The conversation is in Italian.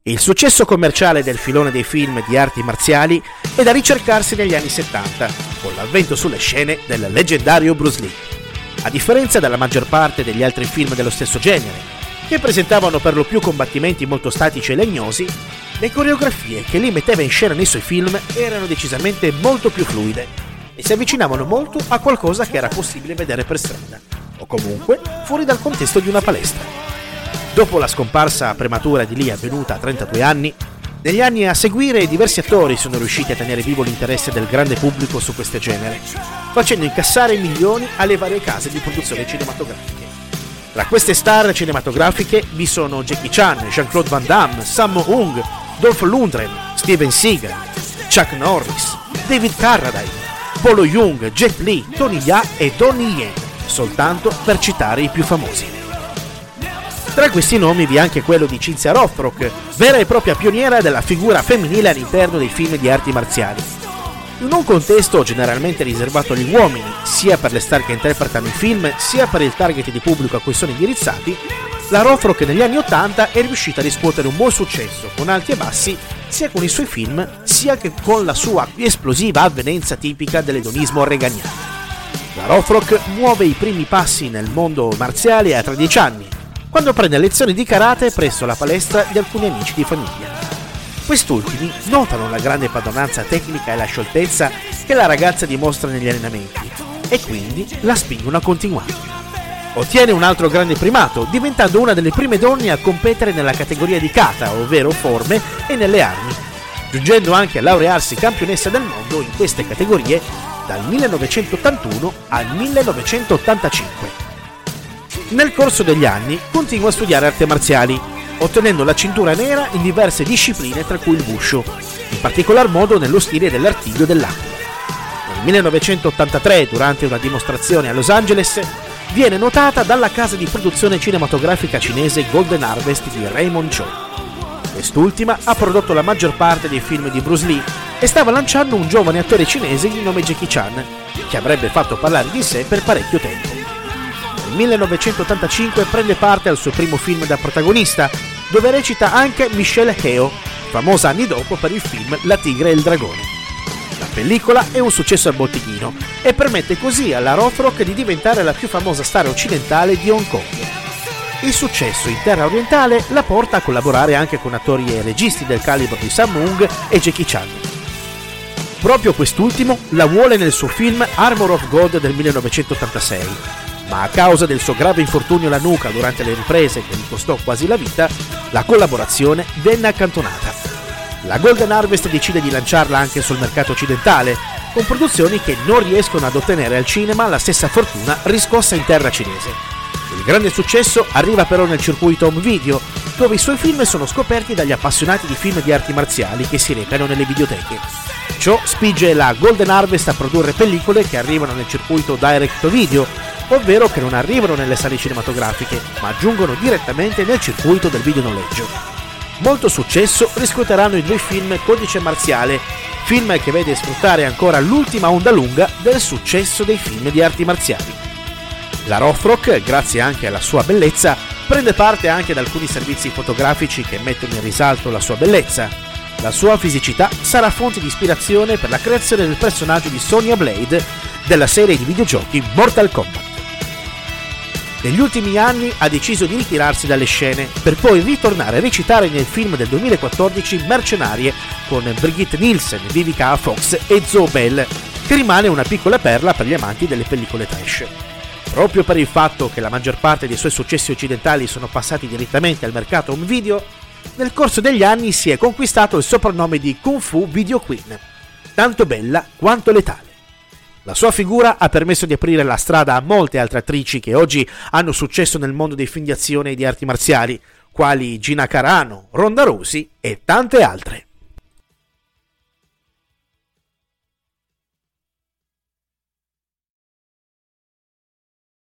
Il successo commerciale del filone dei film di arti marziali è da ricercarsi negli anni 70, con l'avvento sulle scene del leggendario Bruce Lee. A differenza della maggior parte degli altri film dello stesso genere, che presentavano per lo più combattimenti molto statici e legnosi, le coreografie che Lee metteva in scena nei suoi film erano decisamente molto più fluide e si avvicinavano molto a qualcosa che era possibile vedere per strada, o comunque fuori dal contesto di una palestra. Dopo la scomparsa prematura di Lee avvenuta a 32 anni, negli anni a seguire diversi attori sono riusciti a tenere vivo l'interesse del grande pubblico su questo genere, facendo incassare milioni alle varie case di produzione cinematografiche. Tra queste star cinematografiche vi sono Jackie Chan, Jean-Claude Van Damme, Sammo Hung, Dolph Lundgren, Steven Seagal, Chuck Norris, David Carradine, Bolo Young, Jet Li, Tony Jaa e Donnie Yen, soltanto per citare i più famosi. Tra questi nomi vi è anche quello di Cynthia Rothrock, vera e propria pioniera della figura femminile all'interno dei film di arti marziali. In un contesto generalmente riservato agli uomini, sia per le star che interpretano i film, sia per il target di pubblico a cui sono indirizzati, la Rothrock negli anni 80 è riuscita a riscuotere un buon successo, con alti e bassi, sia con i suoi film, sia che con la sua esplosiva avvenenza tipica dell'edonismo reganiano. La Rothrock muove i primi passi nel mondo marziale a 13 anni, quando prende lezioni di karate presso la palestra di alcuni amici di famiglia. Quest'ultimi notano la grande padronanza tecnica e la scioltezza che la ragazza dimostra negli allenamenti e quindi la spingono a continuare. Ottiene un altro grande primato, diventando una delle prime donne a competere nella categoria di kata, ovvero forme, e nelle armi, giungendo anche a laurearsi campionessa del mondo in queste categorie dal 1981 al 1985. Nel corso degli anni continua a studiare arti marziali, ottenendo la cintura nera in diverse discipline tra cui il Wushu, in particolar modo nello stile dell'artiglio dell'aquila. Nel 1983, durante una dimostrazione a Los Angeles, viene notata dalla casa di produzione cinematografica cinese Golden Harvest di Raymond Chow. Quest'ultima ha prodotto la maggior parte dei film di Bruce Lee e stava lanciando un giovane attore cinese di nome Jackie Chan, che avrebbe fatto parlare di sé per parecchio tempo. Nel 1985 prende parte al suo primo film da protagonista, dove recita anche Michelle Yeoh, famosa anni dopo per il film La tigre e il dragone. La pellicola è un successo al botteghino e permette così alla Rothrock di diventare la più famosa star occidentale di Hong Kong. Il successo in terra orientale la porta a collaborare anche con attori e registi del calibro di Sammo Hung e Jackie Chan. Proprio quest'ultimo la vuole nel suo film Armor of God del 1986, ma a causa del suo grave infortunio alla nuca durante le riprese che gli costò quasi la vita, la collaborazione venne accantonata. La Golden Harvest decide di lanciarla anche sul mercato occidentale, con produzioni che non riescono ad ottenere al cinema la stessa fortuna riscossa in terra cinese. Il grande successo arriva però nel circuito home video, dove i suoi film sono scoperti dagli appassionati di film di arti marziali che si recano nelle videoteche. Ciò spinge la Golden Harvest a produrre pellicole che arrivano nel circuito direct to video, ovvero che non arrivano nelle sale cinematografiche, ma giungono direttamente nel circuito del videonoleggio. Molto successo riscuoteranno i due film Codice Marziale, film che vede sfruttare ancora l'ultima onda lunga del successo dei film di arti marziali. La Rothrock, grazie anche alla sua bellezza, prende parte anche ad alcuni servizi fotografici che mettono in risalto la sua bellezza. La sua fisicità sarà fonte di ispirazione per la creazione del personaggio di Sonya Blade della serie di videogiochi Mortal Kombat. Negli ultimi anni ha deciso di ritirarsi dalle scene per poi ritornare a recitare nel film del 2014 Mercenarie con Brigitte Nielsen, Vivica Fox e Zoe Bell, che rimane una piccola perla per gli amanti delle pellicole trash. Proprio per il fatto che la maggior parte dei suoi successi occidentali sono passati direttamente al mercato home video, nel corso degli anni si è conquistato il soprannome di Kung Fu Video Queen, tanto bella quanto letale. La sua figura ha permesso di aprire la strada a molte altre attrici che oggi hanno successo nel mondo dei film di azione e di arti marziali, quali Gina Carano, Ronda Rousey e tante altre.